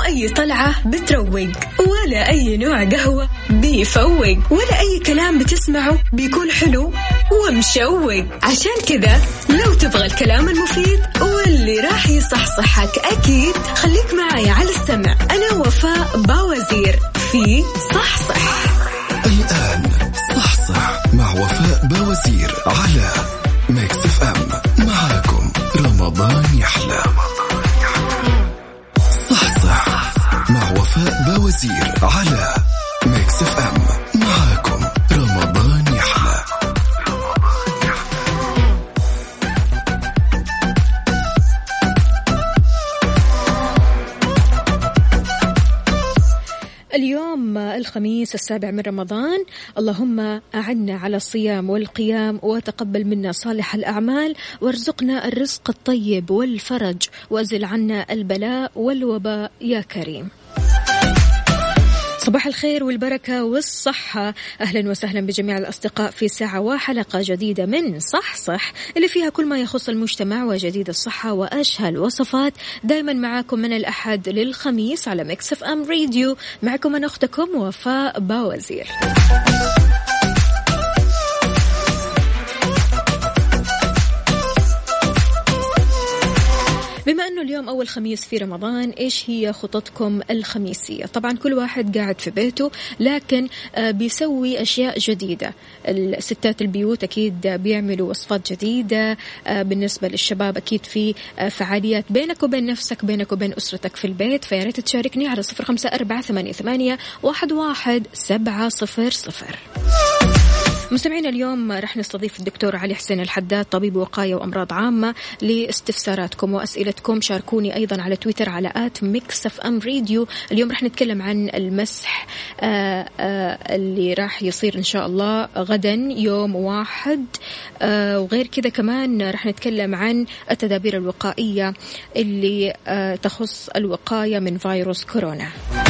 أي طلعة بتروق، ولا أي نوع قهوة بيفوق، ولا أي كلام بتسمعه بيكون حلو ومشوق. عشان كذا لو تبغى الكلام المفيد واللي راح يصحصحك أكيد خليك معايا على السمع. أنا وفاء باوزير في صحصح. الآن صحصح مع وفاء باوزير على ميكس اف ام. معاكم رمضان يحلى. صحصح مع وفاء باوزير على ميكس اف ام. معاكم رمضان يحلى. اليوم الخميس 7 من رمضان، اللهم أعنا على الصيام والقيام وتقبل منا صالح الأعمال وارزقنا الرزق الطيب والفرج وأزل عنا البلاء والوباء يا كريم. صباح الخير والبركة والصحة، أهلا وسهلا بجميع الأصدقاء في ساعة وحلقة جديدة من صح اللي فيها كل ما يخص المجتمع وجديد الصحة وأشهى الوصفات. دايما معاكم من الأحد للخميس على ميكس اف ام راديو. معكم أنا أختكم وفاء باوزير. بما أنه اليوم أول خميس في رمضان، إيش هي خططكم الخميسية؟ طبعا كل واحد قاعد في بيته لكن بيسوي أشياء جديدة. الستات البيوت أكيد بيعملوا وصفات جديدة، بالنسبة للشباب أكيد في فعاليات بينك وبين نفسك، بينك وبين أسرتك في البيت. فياريت تشاركني على 0548811700. مستمعين، اليوم رح نستضيف الدكتور علي حسين الحداد، طبيب وقاية وأمراض عامة، لاستفساراتكم وأسئلتكم. شاركوني أيضا على تويتر على @mixfmradio. اليوم رح نتكلم عن المسح اللي راح يصير إن شاء الله غدا يوم 1، وغير كذا كمان رح نتكلم عن التدابير الوقائية اللي تخص الوقاية من فيروس كورونا.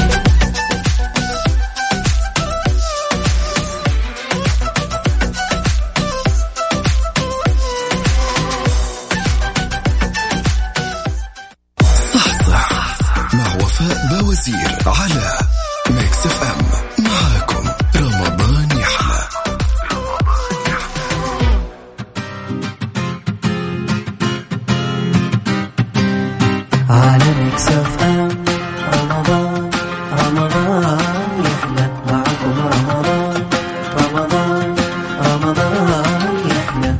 باوزير على ميكس اف ام. معاكم رمضان يحلى. على ميكس اف ام. رمضان يحلى. معاكم رمضان يحلى.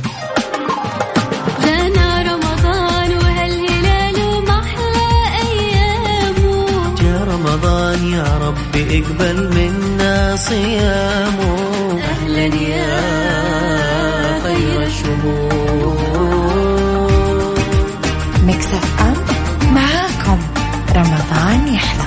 جانا رمضان وهالهلال محلى أيامه. يا رمضان يا رب اقبل منا صيامه. أهلا يا خير الشهور. ميكس اف ام معاكم رمضان يحلى.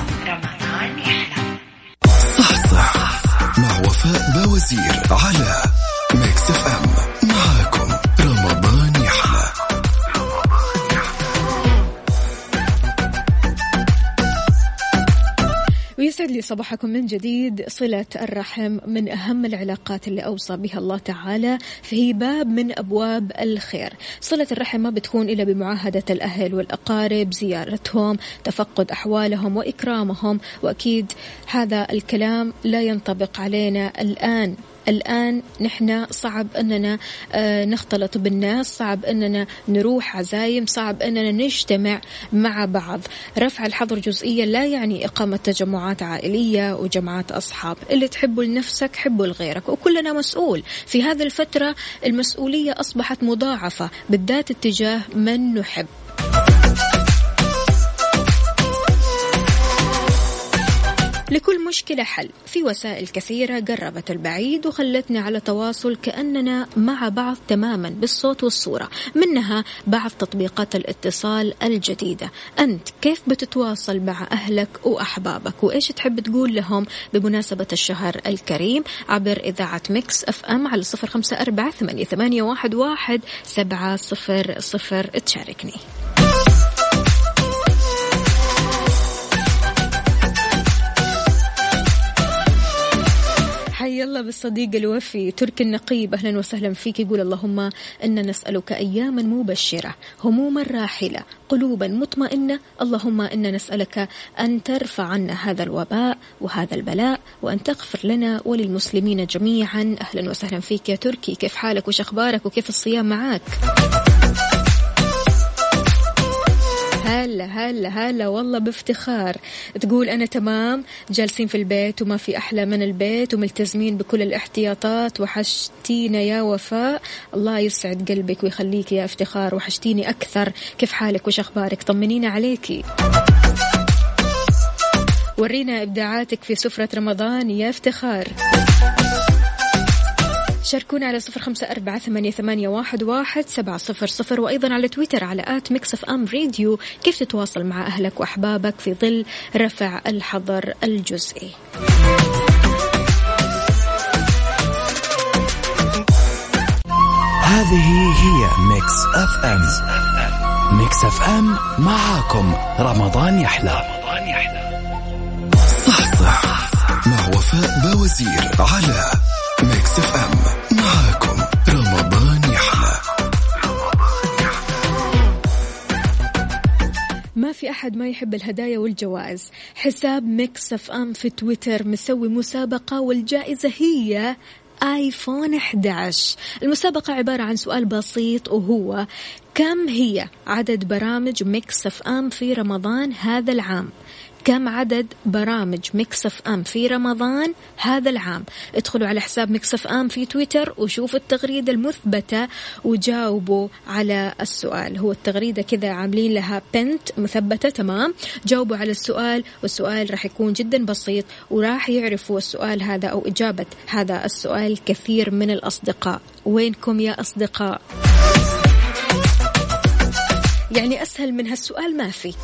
صحصح مع وفاء باوزير على ميكس اف ام. معاكم رمضان يحلى. ويسعد لي صباحكم من جديد. صلة الرحم من أهم العلاقات اللي أوصى بها الله تعالى، فهي باب من أبواب الخير. صلة الرحم ما بتكون إلا بمعاهدة الأهل والأقارب، زيارتهم، تفقد أحوالهم وإكرامهم. وأكيد هذا الكلام لا ينطبق علينا الآن نحن صعب أننا نختلط بالناس، صعب أننا نروح عزايم، صعب أننا نجتمع مع بعض. رفع الحظر جزئيا لا يعني إقامة تجمعات عائلية وجماعات أصحاب. اللي تحبه لنفسك حبه لغيرك، وكلنا مسؤول. في هذه الفترة المسؤولية أصبحت مضاعفة، بالذات اتجاه من نحب. لكل مشكلة حل. في وسائل كثيرة قربت البعيد وخلتنا على تواصل كأننا مع بعض تماما بالصوت والصورة. منها بعض تطبيقات الاتصال الجديدة. أنت كيف بتتواصل مع أهلك وأحبابك، وإيش تحب تقول لهم بمناسبة الشهر الكريم؟ عبر إذاعة ميكس اف ام على 0548811700 تشاركني. حي يلا بالصديق الوفي تركي النقيب، أهلا وسهلا فيك. يقول اللهم إنا نسألك أياما مبشرة، هموما راحلة، قلوبا مطمئنة. اللهم إنا نسألك أن ترفع عنا هذا الوباء وهذا البلاء، وأن تغفر لنا وللمسلمين جميعا. أهلا وسهلا فيك يا تركي، كيف حالك وش أخبارك وكيف الصيام معاك؟ هلا هلا هلا والله بافتخار. تقول أنا تمام، جالسين في البيت وما في أحلى من البيت وملتزمين بكل الاحتياطات. وحشتينا يا وفاء، الله يسعد قلبك ويخليك يا افتخار، وحشتيني أكثر. كيف حالك وش أخبارك؟ طمنينا عليكي، ورينا إبداعاتك في سفرة رمضان يا افتخار. شاركونا على 0548811700 وأيضا على تويتر على @mixfmradio. كيف تتواصل مع أهلك وأحبابك في ظل رفع الحظر الجزئي؟ هذه هي ميكس اف ام. ميكس اف ام معاكم رمضان يحلى. صح مع وفاء باوزير على ميكس اف ام. معاكم رمضان يحلى. ما في أحد ما يحب الهدايا والجوائز. حساب ميكس اف ام في تويتر مسوي مسابقة، والجائزة هي آيفون 11. المسابقة عبارة عن سؤال بسيط، وهو كم هي عدد برامج ميكس اف ام في رمضان هذا العام؟ كم عدد برامج ميكس اف ام في رمضان هذا العام؟ ادخلوا على حساب ميكس اف ام في تويتر وشوفوا التغريدة المثبتة وجاوبوا على السؤال. هو التغريدة كذا عاملين لها بنت مثبتة، تمام؟ جاوبوا على السؤال، والسؤال راح يكون جدا بسيط، وراح يعرفوا السؤال هذا أو إجابة هذا السؤال كثير من الأصدقاء. وينكم يا أصدقاء؟ يعني أسهل من هالسؤال ما في.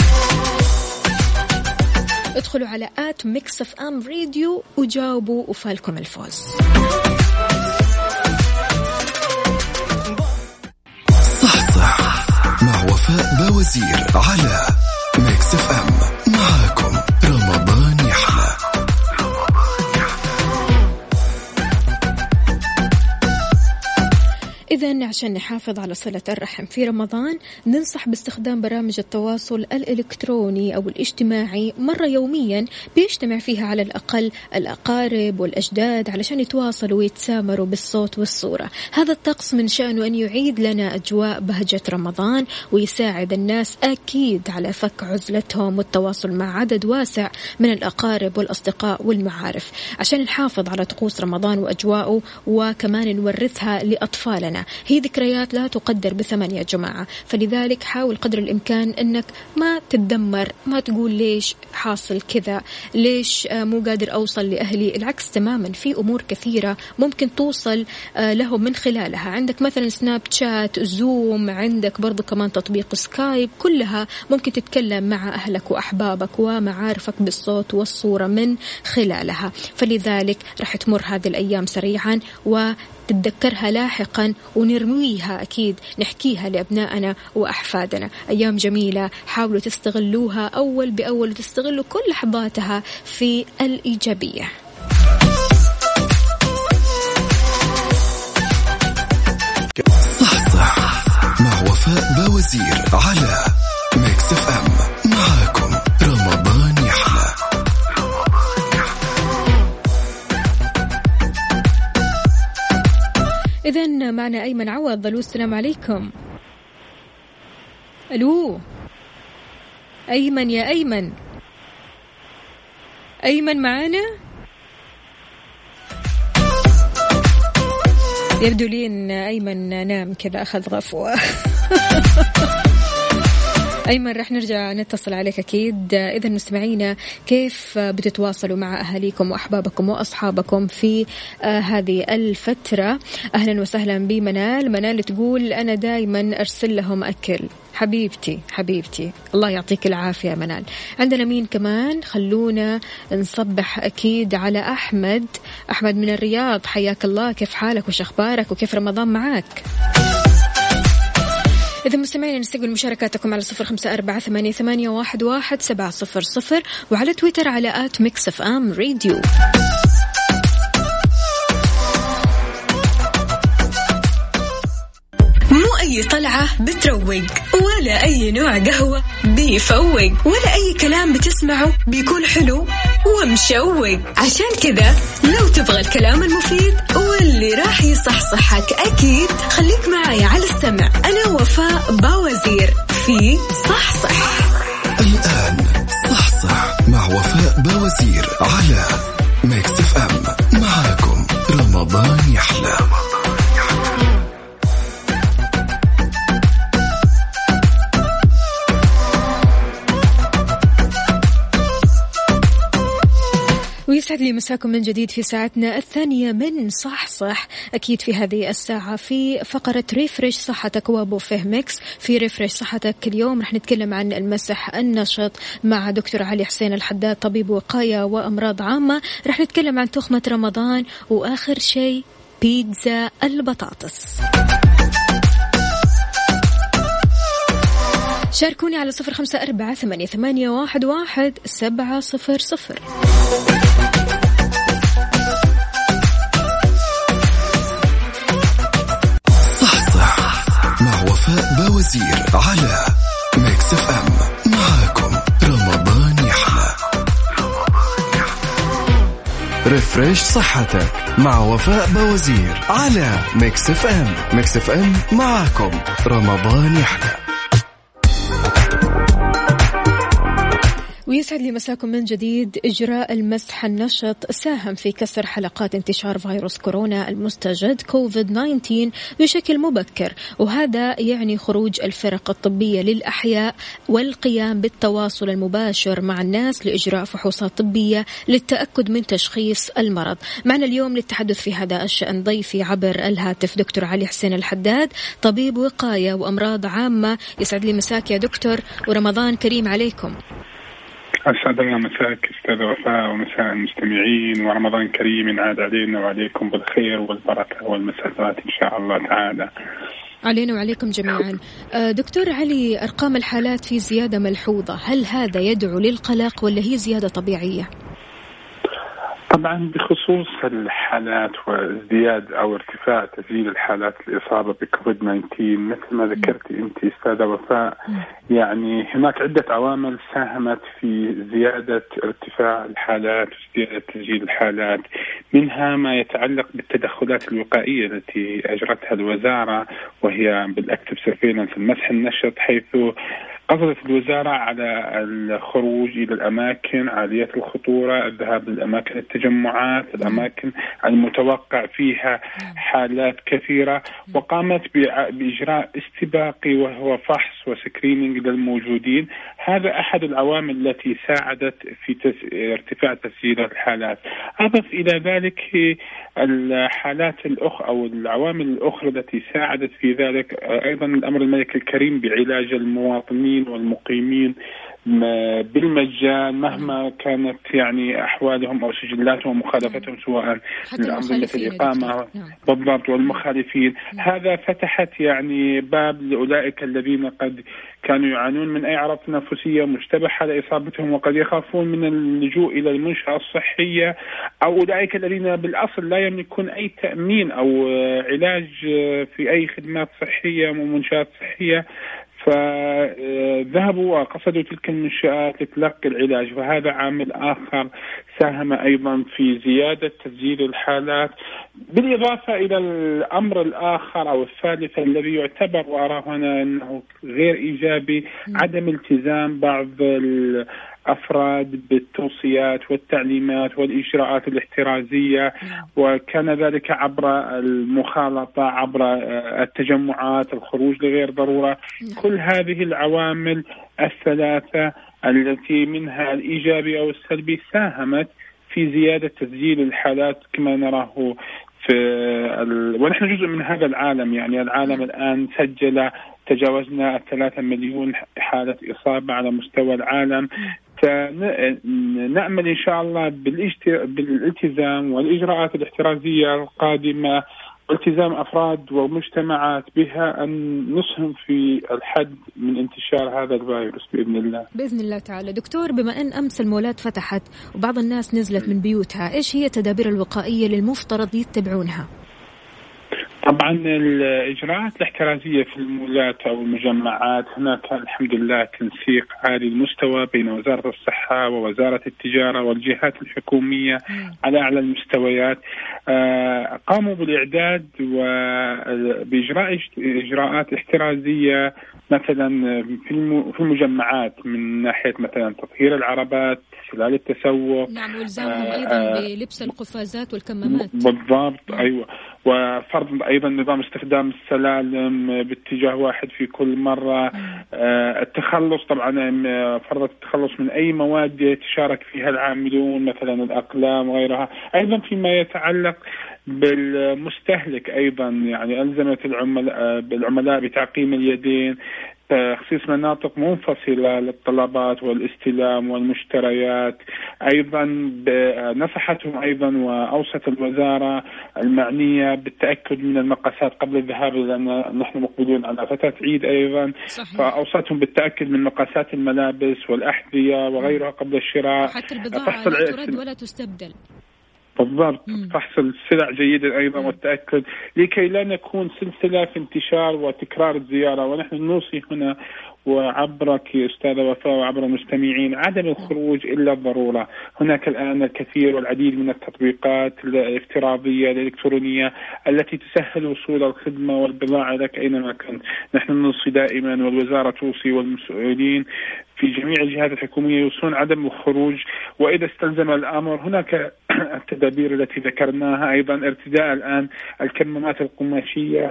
ادخلوا على @mixfmradio وجاوبوا وفالكم الفوز. صح مع وفاء باوزير على ميكس اف ام. معاكم رمضان يحلى. إذن عشان نحافظ على صلة الرحم في رمضان ننصح باستخدام برامج التواصل الإلكتروني أو الاجتماعي مرة يوميا بيجتمع فيها على الأقل الأقارب والأجداد علشان يتواصلوا ويتسامروا بالصوت والصورة. هذا الطقس من شأنه أن يعيد لنا أجواء بهجة رمضان ويساعد الناس أكيد على فك عزلتهم والتواصل مع عدد واسع من الأقارب والأصدقاء والمعارف، عشان نحافظ على طقوس رمضان وأجواءه وكمان نورثها لأطفالنا. هي ذكريات لا تقدر بثمن يا جماعة، فلذلك حاول قدر الإمكان أنك ما تتذمر، ما تقول ليش حاصل كذا، ليش مو قادر أوصل لأهلي. العكس تماما، في أمور كثيرة ممكن توصل لهم من خلالها. عندك مثلا سناب شات، زوم، عندك برضو كمان تطبيق سكايب، كلها ممكن تتكلم مع أهلك وأحبابك ومعارفك بالصوت والصورة من خلالها. فلذلك رح تمر هذه الأيام سريعا وتتذكرها لاحقا ونرميها، أكيد نحكيها لأبنائنا وأحفادنا. أيام جميلة، حاولوا تستغلوها أول بأول وتستغلوا كل لحظاتها في الإيجابية. صح مع وفاء باوزير على ميكس اف ام. معاكم رمضان يحلى. إذن معنا أيمن عوض. ألو، السلام عليكم. ألو أيمن، يا أيمن، أيمن معانا؟ يبدو لي أن أيمن نام كذا، أخذ غفوة. أيمن رح نرجع نتصل عليك أكيد. إذا مستمعينا، كيف بتتواصلوا مع أهاليكم وأحبابكم وأصحابكم في هذه الفترة؟ أهلا وسهلا بمنال. منال تقول أنا دايما أرسل لهم أكل. حبيبتي حبيبتي، الله يعطيك العافية منال. عندنا مين كمان؟ خلونا نصبح أكيد على أحمد من الرياض. حياك الله، كيف حالك وش أخبارك وكيف رمضان معاك؟ إذا مستمعين نستقبل مشاركاتكم على 0548811700 وعلى تويتر على @mixfmradio. أي طلعة بتروق، ولا أي نوع قهوة بيفوق، ولا أي كلام بتسمعه بيكون حلو ومشوق. عشان كذا لو تبغى الكلام المفيد واللي راح يصحصحك أكيد خليك معي على السمع. أنا وفاء باوزير في صحصح. الآن صحصح مع وفاء باوزير على ميكس اف ام. معاكم رمضان يحلى. ويسعد لي مساكم من جديد في ساعتنا الثانية من صح. أكيد في هذه الساعة في فقرة ريفريش صحتك وابو فهمكس. في ريفريش صحتك اليوم رح نتكلم عن المسح النشط مع دكتور علي حسين الحداد، طبيب وقاية وأمراض عامة. رح نتكلم عن تخمة رمضان، وآخر شيء بيتزا البطاطس. شاركوني على 0548811700. صح مع وفاء باوزير على ميكس اف ام. معاكم رمضان يحلى. ريفريش صحتك مع وفاء باوزير على ميكس اف ام. ميكس اف ام معاكم رمضان يحلى. ويسعد لي مساكم من جديد. إجراء المسح النشط ساهم في كسر حلقات انتشار فيروس كورونا المستجد كوفيد-19 بشكل مبكر، وهذا يعني خروج الفرق الطبية للأحياء والقيام بالتواصل المباشر مع الناس لإجراء فحوصات طبية للتأكد من تشخيص المرض. معنا اليوم للتحدث في هذا الشأن ضيفي عبر الهاتف دكتور علي حسين الحداد، طبيب وقاية وأمراض عامة. يسعد لي مساك يا دكتور، ورمضان كريم عليكم. أسعد الله مساك أستاذ وفاء ومساء المستمعين، ورمضان كريم عاد علينا وعليكم بالخير والبركة والمسرات إن شاء الله تعالى. علينا وعليكم جميعا. دكتور علي، أرقام الحالات في زيادة ملحوظة، هل هذا يدعو للقلق ولا هي زيادة طبيعية؟ طبعا بخصوص الحالات وازدياد أو ارتفاع تسجيل الحالات الإصابة بكوفيد 19 مثل ما ذكرتي أنت أستاذة وفاء، يعني هناك عدة عوامل ساهمت في زيادة ارتفاع الحالات وزيادة تسجيل الحالات. منها ما يتعلق بالتدخلات الوقائية التي أجرتها الوزارة، وهي بالأكتف سيرفيلانس المسح النشط، حيث قصدت الوزارة على الخروج إلى الأماكن عالية الخطورة، الذهاب للأماكن التجمعات، الأماكن المتوقع فيها حالات كثيرة، وقامت بإجراء استباقي وهو فحص وسكرينينج للموجودين. هذا أحد العوامل التي ساعدت في ارتفاع تسجيل الحالات. أضف إلى ذلك الحالات أو العوامل الأخرى التي ساعدت في ذلك أيضا الأمر الملكي الكريم بعلاج المواطنين والمقيمين بالمجان مهما كانت يعني أحوالهم أو سجلاتهم ومخالفتهم، سواء لأنظمة الإقامة بالضبط والمخالفين. هذا فتحت يعني باب لأولئك الذين قد كانوا يعانون من أي أعراض تنفسية مشتبهة لإصابتهم وقد يخافون من اللجوء إلى المنشأة الصحية، أو أولئك الذين بالأصل لا يملكون أي تأمين أو علاج في أي خدمات صحية ومنشآت صحية، فذهبوا وقصدوا تلك المنشآت لتلقي العلاج. فهذا عامل آخر ساهم أيضا في زيادة تسجيل الحالات، بالإضافة إلى الأمر الآخر أو الثالث الذي يعتبر وأراه أنا أنه غير إيجابي، عدم التزام بعض الأفراد بالتوصيات والتعليمات والإجراءات الاحترازية، وكان ذلك عبر المخالطة، عبر التجمعات، الخروج لغير ضرورة. كل هذه العوامل الثلاثة التي منها الإيجابي أو السلبي ساهمت في زيادة تسجيل الحالات كما نراه ونحن جزء من هذا العالم. يعني العالم الآن سجل تجاوزنا 3 مليون حالة إصابة على مستوى العالم. فنأمل إن شاء الله بالالتزام والإجراءات الاحترازية القادمة والتزام أفراد ومجتمعات بها أن نسهم في الحد من انتشار هذا الفيروس بإذن الله. بإذن الله تعالى. دكتور، بما أن أمس المولات فتحت وبعض الناس نزلت من بيوتها، إيش هي التدابير الوقائية للمفترض يتبعونها؟ طبعا الإجراءات الاحترازية في المولات أو المجمعات هناك الحمد لله تنسيق عالي المستوى بين وزارة الصحة ووزارة التجارة والجهات الحكومية على أعلى المستويات. قاموا بالإعداد وبإجراء إجراءات احترازية مثلا في المجمعات من ناحية مثلا تطهير العربات خلال التسوق. نعم، والزامهم أيضا بلبس القفازات والكمامات. بالضبط. أيوة، وفرض أيضا نظام استخدام السلالم باتجاه واحد في كل مرة. التخلص طبعا، فرض التخلص من أي مواد يتشارك فيها العاملون مثلا الأقلام وغيرها. أيضا فيما يتعلق بالمستهلك أيضا يعني ألزمت العملاء بتعقيم اليدين، تخصيص مناطق منفصلة للطلبات والاستلام والمشتريات. أيضا نصحتهم أيضا وأوصت الوزارة المعنية بالتأكد من المقاسات قبل الذهاب، لأن نحن مقبلون على فترة عيد أيضا. صحيح. فأوصتهم بالتأكد من مقاسات الملابس والأحذية وغيرها قبل الشراء. حتى البضاعة لا ترد ولا تستبدل. بالضبط. فحص السلع جيدا أيضا والتأكد لكي لا نكون سلسلة في انتشار وتكرار الزيارة. ونحن نوصي هنا وعبرك أستاذة وفاء وعبر المستمعين عدم الخروج إلا الضرورة. هناك الآن الكثير والعديد من التطبيقات الافتراضية الإلكترونية التي تسهل وصول الخدمة والبضاعة لك أينما كنت. نحن نوصي دائما والوزارة توصي والمسؤولين في جميع الجهات الحكومية يوصون عدم الخروج، وإذا استلزم الأمر هناك التدابير التي ذكرناها. أيضا ارتداء الآن الكمامات القماشية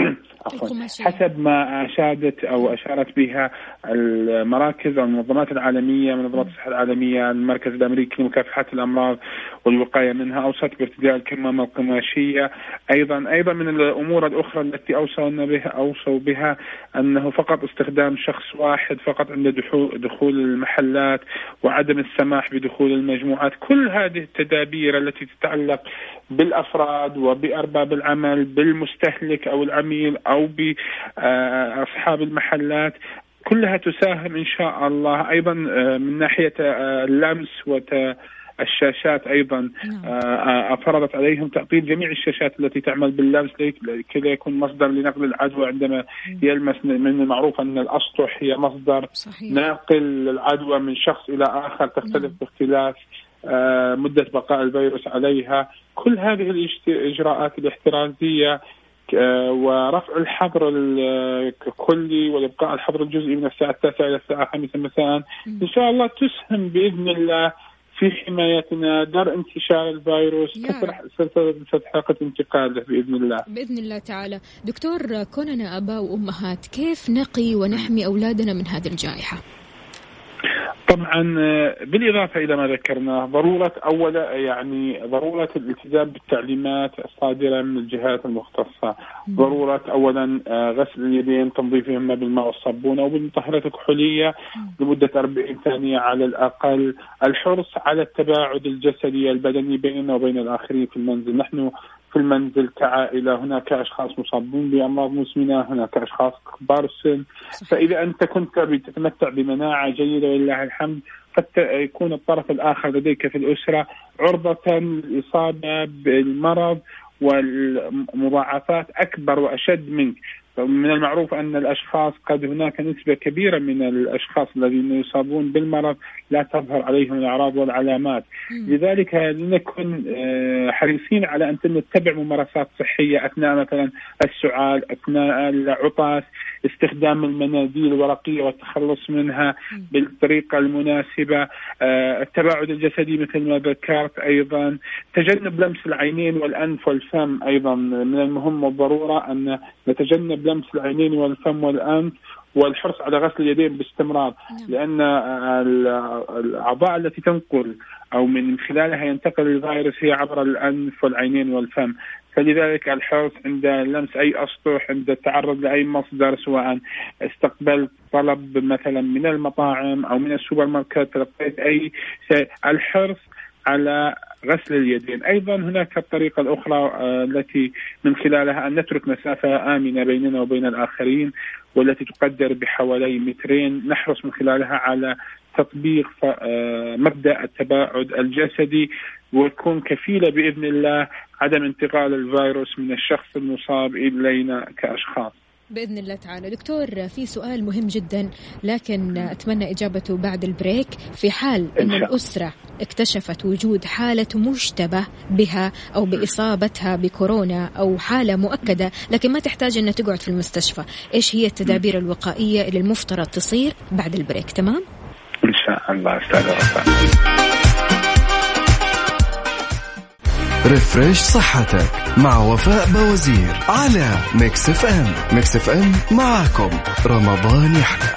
حسب ما أشارت بها المراكز أو المنظمات العالمية، منظمة الصحة العالمية، المركز الأمريكي لمكافحة الأمراض والوقاية منها، أوصت بارتداء الكمامة القماشية. أيضا من الأمور الأخرى التي أوصوا بها أنه فقط استخدام شخص واحد فقط عند دخول المحلات، وعدم السماح بدخول المجموعات. كل هذه التدابير التي تتعلق بالأفراد وبأرباب العمل، بالمستهلك أو العميل أو بأصحاب المحلات، كلها تساهم إن شاء الله. أيضا من ناحية اللمس الشاشات أيضا فرضت عليهم تعطيل جميع الشاشات التي تعمل باللمس كي يكون مصدر لنقل العدوى عندما يلمس. من المعروف أن الأسطح هي مصدر ناقل العدوى من شخص إلى آخر، تختلف باختلاف مدة بقاء الفيروس عليها. كل هذه الإجراءات الاحترازية ورفع الحظر الكلي والإبقاء الحظر الجزئي من الساعة 9 إلى الساعة 5 مساء إن شاء الله تسهم بإذن الله في حمايتنا، درء انتشار الفيروس، كسر حلقة انتقاله بإذن الله تعالى. دكتور، كوننا آباء وأمهات كيف نقي ونحمي أولادنا من هذه الجائحة؟ طبعا بالإضافة إلى ما ذكرناه ضرورة الالتزام بالتعليمات الصادرة من الجهات المختصة. ضرورة أولا غسل اليدين، تنظيفهما بالماء والصابون أو بالمطهرات الكحولية لمدة 40 ثانية على الأقل. الحرص على التباعد الجسدي البدني بيننا وبين الآخرين في المنزل. نحن في المنزل كعائلة هناك أشخاص مصابون بأمراض مزمنة، هناك أشخاص كبار السن. فإذا أنت كنت تتمتع بمناعة جيدة ولله الحمد، قد يكون الطرف الآخر لديك في الأسرة عرضة للإصابة بالمرض والمضاعفات أكبر وأشد منك. من المعروف أن الأشخاص هناك نسبة كبيرة من الأشخاص الذين يصابون بالمرض لا تظهر عليهم الأعراض والعلامات. لذلك لنكن حريصين على أن نتبع ممارسات صحية أثناء مثلا السعال، أثناء العطاس، استخدام المناديل الورقية والتخلص منها بالطريقة المناسبة، التباعد الجسدي مثل ما ذكرت. أيضا تجنب لمس العينين والأنف والفم. أيضا من المهم والضرورة أن نتجنب لمس العينين والفم والأنف، والحرص على غسل اليدين باستمرار، لأن الأعضاء التي تنقل أو من خلالها ينتقل الفيروس هي عبر الأنف والعينين والفم. فلذلك الحرص عند لمس أي أسطح، عند التعرض لأي مصدر، سواء استقبال طلب مثلا من المطاعم أو من السوبر ماركت، تلقيت أي شيء، الحرص على غسل اليدين. أيضا هناك الطريقة الأخرى التي من خلالها أن نترك مسافة آمنة بيننا وبين الآخرين، والتي تقدر بحوالي 2 متر. نحرص من خلالها على تطبيق مبدأ التباعد الجسدي، وتكون كفيلة بإذن الله عدم انتقال الفيروس من الشخص المصاب إلينا كأشخاص بإذن الله تعالى. دكتور، في سؤال مهم جدا لكن أتمنى إجابته بعد البريك. في حال أن الأسرة اكتشفت وجود حالة مشتبه بها أو بإصابتها بكورونا أو حالة مؤكدة لكن ما تحتاج أن تقعد في المستشفى، إيش هي التدابير الوقائية اللي المفترض تصير بعد البريك؟ تمام؟ إن شاء الله. أستاذ رفاق، ريفريش صحتك مع وفاء بوزير على ميكس اف ام. ميكس اف ام معاكم رمضان يحلى.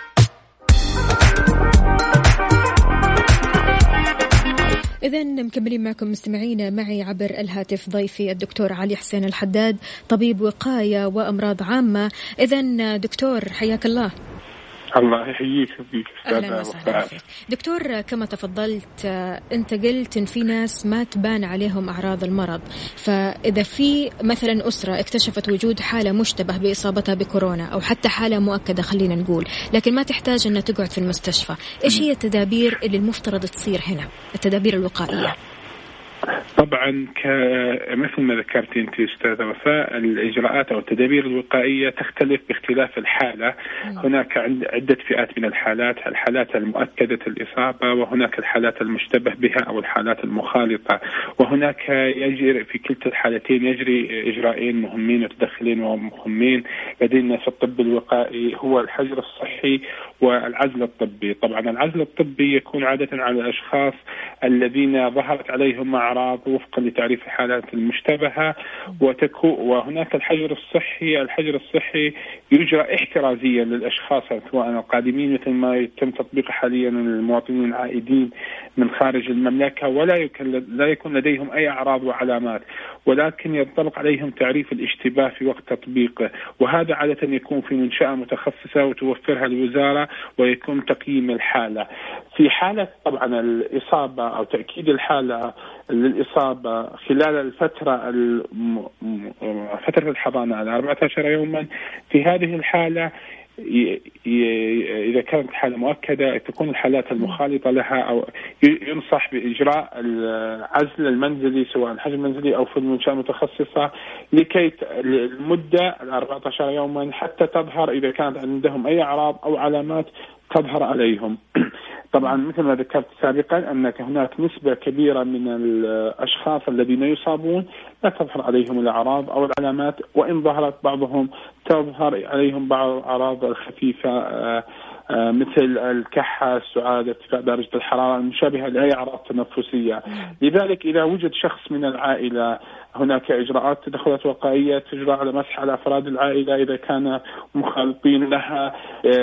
إذن مكملين معكم مستمعينا، معي عبر الهاتف ضيفي الدكتور علي حسين الحداد، طبيب وقاية وأمراض عامة. إذن دكتور حياك الله. الله يحييك فيك أهلا وسهلا فيك دكتور. كما تفضلت أنت قلت إن في ناس ما تبان عليهم أعراض المرض، فإذا في مثلا أسرة اكتشفت وجود حالة مشتبه بإصابتها بكورونا أو حتى حالة مؤكدة خلينا نقول لكن ما تحتاج أن تقعد في المستشفى، إيش هي التدابير اللي المفترض تصير هنا، التدابير الوقائية؟ طبعا مثل ما ذكرت أنت أستاذة وفاء، الإجراءات أو التدابير الوقائية تختلف باختلاف الحالة. هناك عدة فئات من الحالات المؤكدة الإصابة، وهناك الحالات المشتبه بها أو الحالات المخالطة، وهناك يجري في كلتا الحالتين يجري إجراءين مهمين وتدخلين ومهمين لدينا في الطب الوقائي، هو الحجر الصحي والعزل الطبي. طبعا العزل الطبي يكون عادة على الأشخاص الذين ظهرت عليهم أعراض وفقا لتعريف الحالات المشتبهة، وهناك الحجر الصحي يجرى احترازيا للأشخاص سواء القادمين مثل ما يتم تطبيقه حاليا للمواطنين العائدين من خارج المملكة، لا يكون لديهم أي أعراض وعلامات، ولكن ينطبق عليهم تعريف الاشتباه في وقت تطبيقه، وهذا عادة يكون في منشأة متخصصة وتوفرها الوزارة ويكون تقييم الحالة. في حالة طبعا الإصابة أو تأكيد الحالة للإصابة خلال فترة الحضانة على 14 يوما، في هذه الحالة إذا كانت الحالة مؤكدة تكون الحالات المخالطة لها أو ينصح بإجراء العزل المنزلي سواء الحجر المنزلي أو في المنشأة المتخصصة لكي المدة 14 يوما حتى تظهر إذا كانت عندهم أي أعراض أو علامات تظهر عليهم. طبعا مثل ما ذكرت سابقا أنك هناك نسبة كبيرة من الأشخاص الذين يصابون لا تظهر عليهم الأعراض أو العلامات، وإن ظهرت بعضهم تظهر عليهم بعض الأعراض الخفيفة مثل الكحة، السعال، ارتفاع درجة الحرارة المشابهة لأي أعراض تنفسية. لذلك إذا وجد شخص من العائلة هناك إجراءات تدخلات وقائية تجرى على مسح على أفراد العائلة إذا كان مخالطين لها،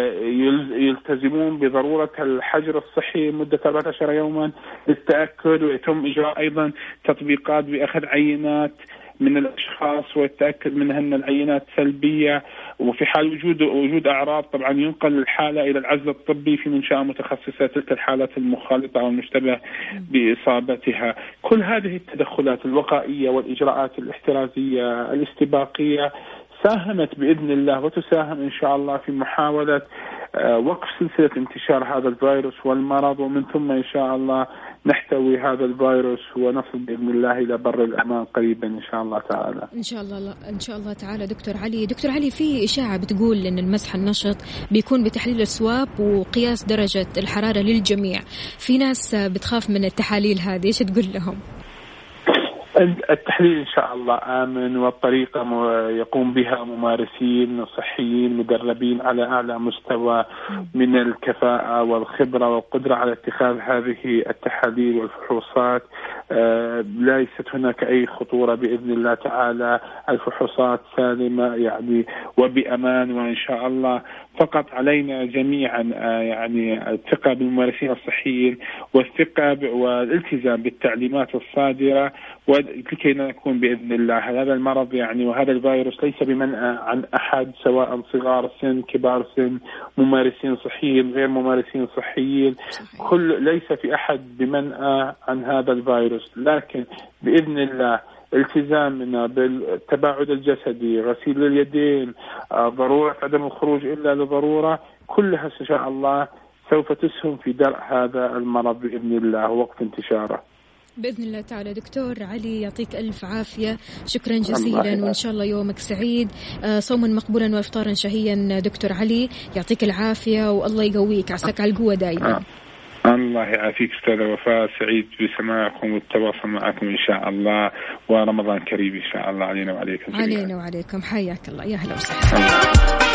يلتزمون بضرورة الحجر الصحي مدة 14 يوما للتأكد، ويتم إجراء أيضا تطبيقات بأخذ عينات من الأشخاص والتأكد من أن العينات سلبية، وفي حال وجود أعراض طبعا ينقل الحالة إلى العزل الطبي في منشأة متخصصة تلك الحالات المخالطة أو المشتبه بإصابتها. كل هذه التدخلات الوقائية والإجراءات الاحترازية الاستباقية ساهمت بإذن الله وتساهم إن شاء الله في محاولة وقف سلسلة انتشار هذا الفيروس والمرض، ومن ثم إن شاء الله نحتوي هذا الفيروس ونصل بإذن الله إلى بر الأمان قريبا إن شاء الله تعالى. إن شاء الله تعالى. دكتور علي، في إشاعة بتقول إن المسح النشط بيكون بتحليل السواب وقياس درجة الحرارة للجميع، في ناس بتخاف من التحاليل هذه، إيش تقول لهم؟ التحليل إن شاء الله آمن، والطريقة يقوم بها ممارسين صحيين مدربين على أعلى مستوى من الكفاءة والخبرة والقدرة على اتخاذ هذه التحاليل والفحوصات. ليست هناك أي خطورة بإذن الله تعالى، الفحوصات سالمة يعني وبأمان، وإن شاء الله فقط علينا جميعا يعني الثقة بالممارسين الصحيين والثقة والالتزام بالتعليمات الصادرة ولكي نكون بإذن الله. هذا المرض يعني وهذا الفيروس ليس بمنأى عن أحد، سواء صغار سن كبار سن ممارسين صحيين غير ممارسين صحيين، ليس في أحد بمنأى عن هذا الفيروس، لكن بإذن الله التزامنا بالتباعد الجسدي، غسيل اليدين، ضرورة عدم الخروج إلا لضرورة، كلها إن شاء الله سوف تسهم في درء هذا المرض بإذن الله ووقف انتشاره. بإذن الله تعالى. دكتور علي يعطيك ألف عافية، شكرا جزيلا، وإن شاء الله يومك سعيد، صوما مقبولا وإفطارا شهيا. دكتور علي يعطيك العافية والله يقويك، عساك على القوة دائما. الله يعافيك أستاذة وفاء، سعيد بسماعكم والتواصل معكم إن شاء الله، ورمضان كريم إن شاء الله علينا وعليكم. علينا وعليكم، حياك الله، يا هلا وسهلا.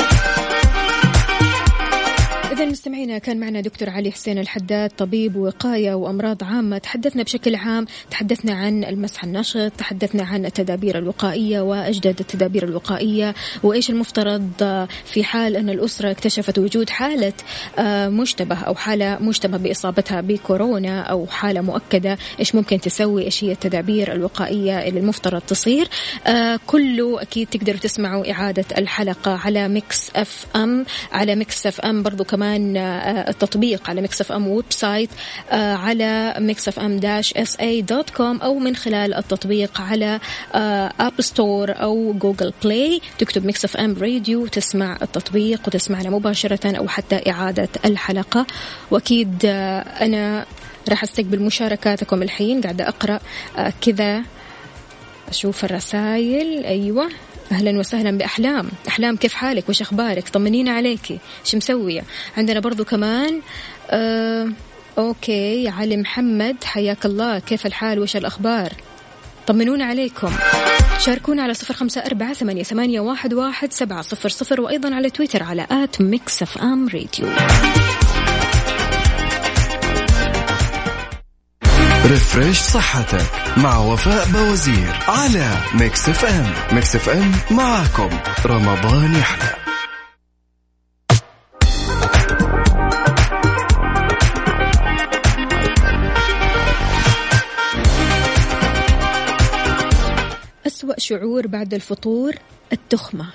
إذا مستمعينا كان معنا دكتور علي حسين الحداد، طبيب وقاية وأمراض عامة. تحدثنا بشكل عام، تحدثنا عن المسح النشط، تحدثنا عن التدابير الوقائية وأجدد التدابير الوقائية، وإيش المفترض في حال أن الأسرة اكتشفت وجود حالة مشتبه أو حالة مشتبه بإصابتها بكورونا أو حالة مؤكدة، إيش ممكن تسوي، إيش هي التدابير الوقائية اللي المفترض تصير. كله أكيد تقدروا تسمعوا إعادة الحلقة على ميكس اف ام، على ميكس اف ام برضو كمان التطبيق على ميكس اف ام ويب سايت على mixfm-sa.com، أو من خلال التطبيق على اب ستور أو جوجل بلاي، تكتب ميكس اف ام راديو، تسمع التطبيق وتسمعنا مباشرة أو حتى إعادة الحلقة. وأكيد أنا راح استقبل مشاركاتكم الحين، قاعدة أقرأ كذا أشوف الرسائل. أيوة، أهلا وسهلا بأحلام. أحلام كيف حالك وش أخبارك؟ طمنينا عليكي، شو مسوية؟ عندنا برضو كمان أوكي علي محمد، حياك الله، كيف الحال وش الأخبار؟ طمنونا عليكم. شاركونا على 0548811700، وأيضا على تويتر على @mixfmradio. ريفريش صحتك مع وفاء بوزير على ميكس اف ام. ميكس اف ام معاكم رمضان يحلى. أسوأ شعور بعد الفطور التخمة.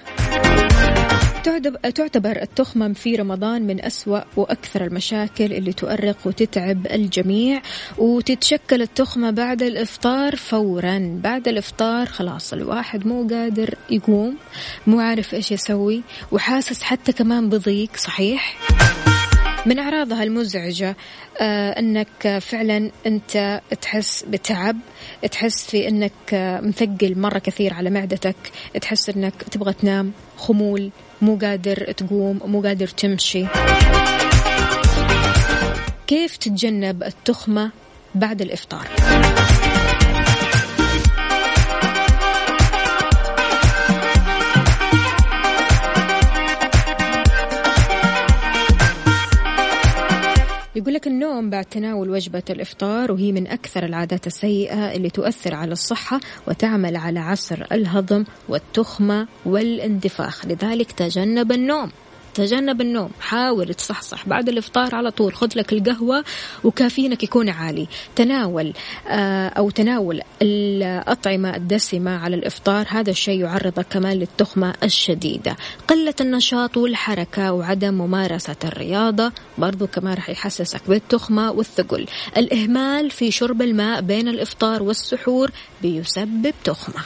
تعتبر التخمة في رمضان من أسوأ وأكثر المشاكل اللي تؤرق وتتعب الجميع، وتتشكل التخمة بعد الإفطار فورا. بعد الإفطار خلاص الواحد مو قادر يقوم، مو عارف إيش يسوي، وحاسس حتى كمان بضيق. صحيح، من أعراضها المزعجة أنك فعلا أنت تحس بتعب، تحس في أنك مثقل مرة كثير على معدتك، تحس أنك تبغى تنام، خمول، مو قادر تقوم، مو قادر تمشي. كيف تتجنب التخمة بعد الإفطار؟ يقول لك النوم بعد تناول وجبة الإفطار، وهي من أكثر العادات السيئة اللي تؤثر على الصحة وتعمل على عسر الهضم والتخمة والاندفاخ. لذلك تجنب النوم، تجنب النوم، حاول تصحصح بعد الإفطار على طول، خذ لك القهوة وكافينك يكون عالي. تناول الأطعمة الدسمة على الإفطار، هذا الشيء يعرضك كمان للتخمة الشديدة. قلة النشاط والحركة وعدم ممارسة الرياضة برضو كمان رح يحسسك بالتخمة والثقل. الإهمال في شرب الماء بين الإفطار والسحور بيسبب تخمة.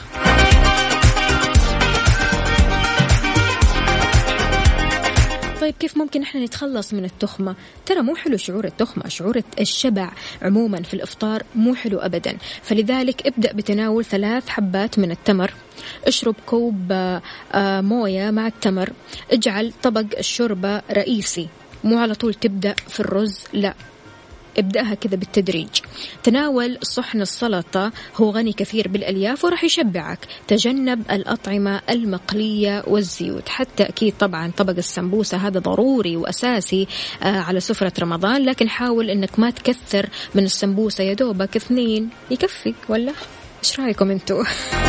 طيب كيف ممكن احنا نتخلص من التخمة؟ ترى مو حلو شعور التخمة، شعور الشبع عموما في الإفطار مو حلو أبدا. فلذلك ابدأ بتناول 3 حبات من التمر، اشرب كوب موية مع التمر، اجعل طبق الشوربة رئيسي، مو على طول تبدأ في الرز، لا، ابدأها كذا بالتدريج. تناول صحن السلطة، هو غني كثير بالألياف ورح يشبعك. تجنب الأطعمة المقلية والزيوت، حتى أكيد طبعا طبق السمبوسة هذا ضروري وأساسي على سفرة رمضان، لكن حاول أنك ما تكثر من السمبوسة، يا دوبك 2 يكفي، ولا إيش رأيكم أنتوا؟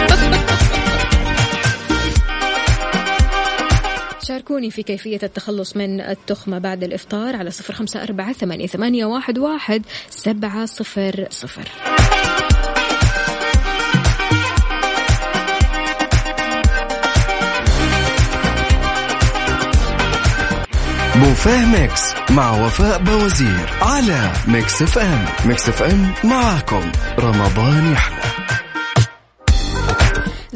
شاركوني في كيفية التخلص من التخمة بعد الإفطار على 0548811700. بوفيه ميكس مع وفاء بوزير على ميكس اف ام. ميكس اف ام معاكم رمضان يحلى.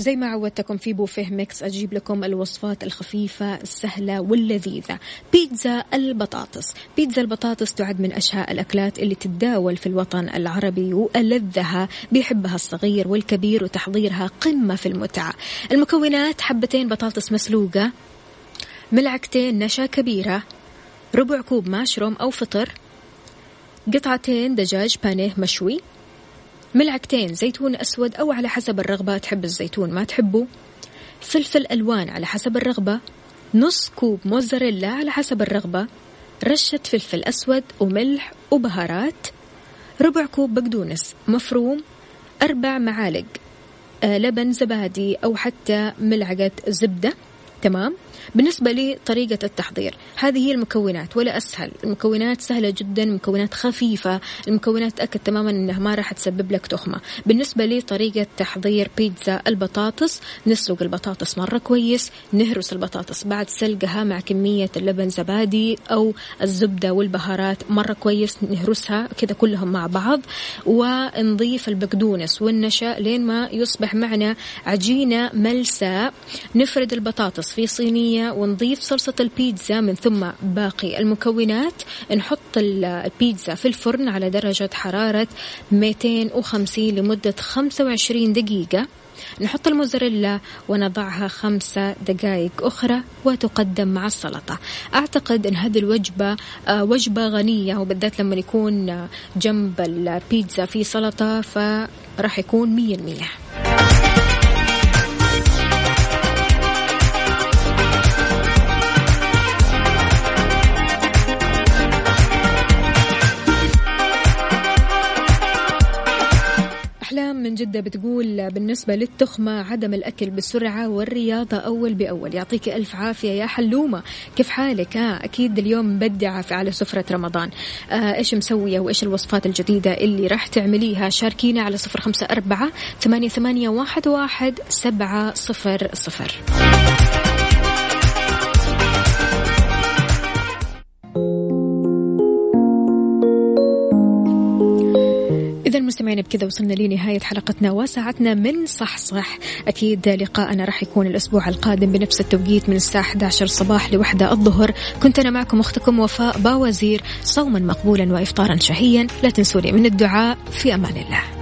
زي ما عودتكم في بوفيه ميكس أجيب لكم الوصفات الخفيفة السهلة واللذيذة. بيتزا البطاطس. بيتزا البطاطس تعد من أشهى الأكلات اللي تتداول في الوطن العربي، وألذها بيحبها الصغير والكبير، وتحضيرها قمة في المتعة. المكونات: حبتين بطاطس مسلوقة، ملعقتين نشا كبيرة، ربع كوب ماشروم أو فطر، قطعتين دجاج بانيه مشوي، ملعقتين زيتون أسود أو على حسب الرغبة، تحب الزيتون ما تحبه، فلفل ألوان على حسب الرغبة، نص كوب موزاريلا على حسب الرغبة، رشة فلفل أسود وملح وبهارات، ربع كوب بقدونس مفروم، 4 معالق لبن زبادي أو حتى ملعقة زبدة. تمام. بالنسبة لطريقة التحضير، هذه هي المكونات ولا أسهل. المكونات سهلة جدا، مكونات خفيفة، المكونات أكد تماما أنها ما راح تسبب لك تخمة. بالنسبة لطريقة تحضير بيتزا البطاطس: نسلق البطاطس مرة كويس، نهرس البطاطس بعد سلقها مع كمية اللبن زبادي أو الزبدة والبهارات مرة كويس، نهرسها كذا كلهم مع بعض، ونضيف البقدونس والنشا لين ما يصبح معنا عجينة ملساء. نفرد البطاطس في صينية ونضيف صلصة البيتزا من ثم باقي المكونات. نحط البيتزا في الفرن على درجة حرارة 250 لمدة 25 دقيقة. نحط الموزاريلا ونضعها 5 دقائق أخرى وتقدم مع السلطة. أعتقد أن هذه الوجبة وجبة غنية، وبالذات لما يكون جنب البيتزا في سلطة فراح يكون 100%. أحلام من جدة بتقول بالنسبة للتخمة: عدم الأكل بسرعة والرياضة أول بأول. يعطيك ألف عافية يا حلومة، كيف حالك؟ أكيد اليوم مبدعة على سفرة رمضان. إيش مسوية وإيش الوصفات الجديدة اللي راح تعمليها؟ شاركينا على 0548811700. إذا المستمعين بكذا وصلنا لنهاية حلقتنا وساعتنا من صح. أكيد لقاءنا راح يكون الأسبوع القادم بنفس التوقيت من الساعة 11 صباح ل1 الظهر. كنت أنا معكم أختكم وفاء باوزير. صوما مقبولا وإفطارا شهيا. لا تنسوني من الدعاء. في أمان الله.